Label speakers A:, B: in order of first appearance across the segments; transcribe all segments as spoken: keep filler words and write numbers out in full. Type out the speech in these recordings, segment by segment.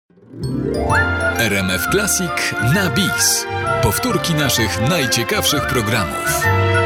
A: R M F Classic na bis. Powtórki naszych najciekawszych programów.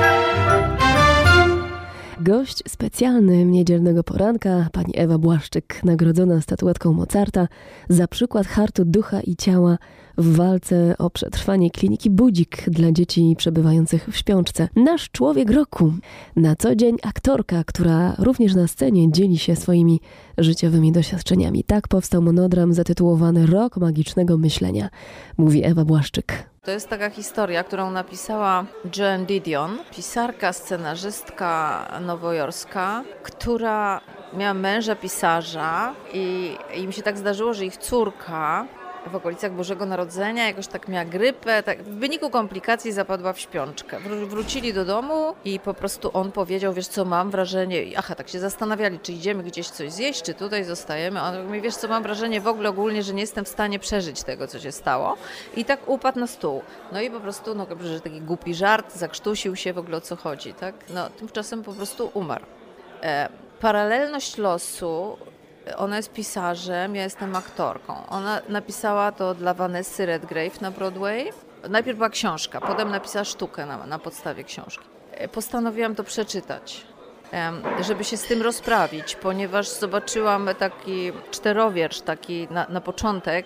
B: Gość specjalny niedzielnego poranka, pani Ewa Błaszczyk, nagrodzona statuetką Mozarta za przykład hartu ducha i ciała w walce o przetrwanie kliniki Budzik dla dzieci przebywających w śpiączce. Nasz człowiek roku. Na co dzień aktorka, która również na scenie dzieli się swoimi życiowymi doświadczeniami. Tak powstał monodram zatytułowany Rok magicznego myślenia, mówi Ewa Błaszczyk.
C: To jest taka historia, którą napisała Joan Didion, pisarka, scenarzystka nowojorska, która miała męża pisarza i im się tak zdarzyło, że ich córka w okolicach Bożego Narodzenia jakoś tak miała grypę, tak w wyniku komplikacji zapadła w śpiączkę. Wró- wrócili do domu i po prostu on powiedział, wiesz co, mam wrażenie, aha, tak się zastanawiali, czy idziemy gdzieś coś zjeść, czy tutaj zostajemy. A on mówi, wiesz co, mam wrażenie w ogóle ogólnie, że nie jestem w stanie przeżyć tego, co się stało. I tak upadł na stół. No i po prostu, no że taki głupi żart, zakrztusił się w ogóle o co chodzi, tak? No tymczasem po prostu umarł. E, paralelność losu. Ona jest pisarzem, ja jestem aktorką. Ona napisała to dla Vanessy Redgrave na Broadway. Najpierw była książka, potem napisała sztukę na, na podstawie książki. Postanowiłam to przeczytać, żeby się z tym rozprawić, ponieważ zobaczyłam taki czterowiersz taki na, na początek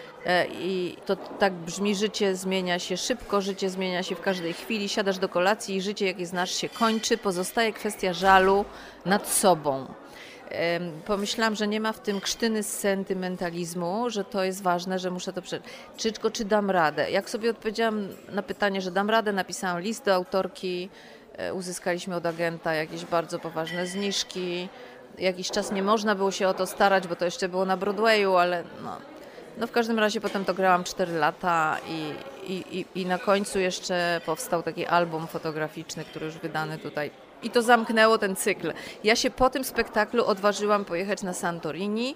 C: i to tak brzmi: życie zmienia się szybko, życie zmienia się w każdej chwili, siadasz do kolacji i życie, jakie znasz, się kończy, pozostaje kwestia żalu nad sobą. Pomyślałam, że nie ma w tym krztyny sentymentalizmu, że to jest ważne, że muszę to przeczytać. Czy, tylko czy dam radę? Jak sobie odpowiedziałam na pytanie, że dam radę, napisałam list do autorki, uzyskaliśmy od agenta jakieś bardzo poważne zniżki. Jakiś czas nie można było się o to starać, bo to jeszcze było na Broadwayu, ale no, no w każdym razie potem to grałam cztery lata i, i, i, i na końcu jeszcze powstał taki album fotograficzny, który już wydany tutaj. I to zamknęło ten cykl. Ja się po tym spektaklu odważyłam pojechać na Santorini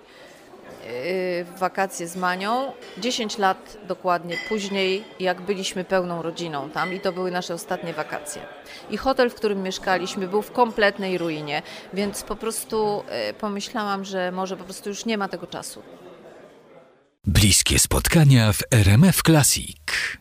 C: w wakacje z Manią. dziesięć lat dokładnie później, jak byliśmy pełną rodziną tam i to były nasze ostatnie wakacje. I hotel, w którym mieszkaliśmy, był w kompletnej ruinie, więc po prostu pomyślałam, że może po prostu już nie ma tego czasu.
A: Bliskie spotkania w R M F Classic.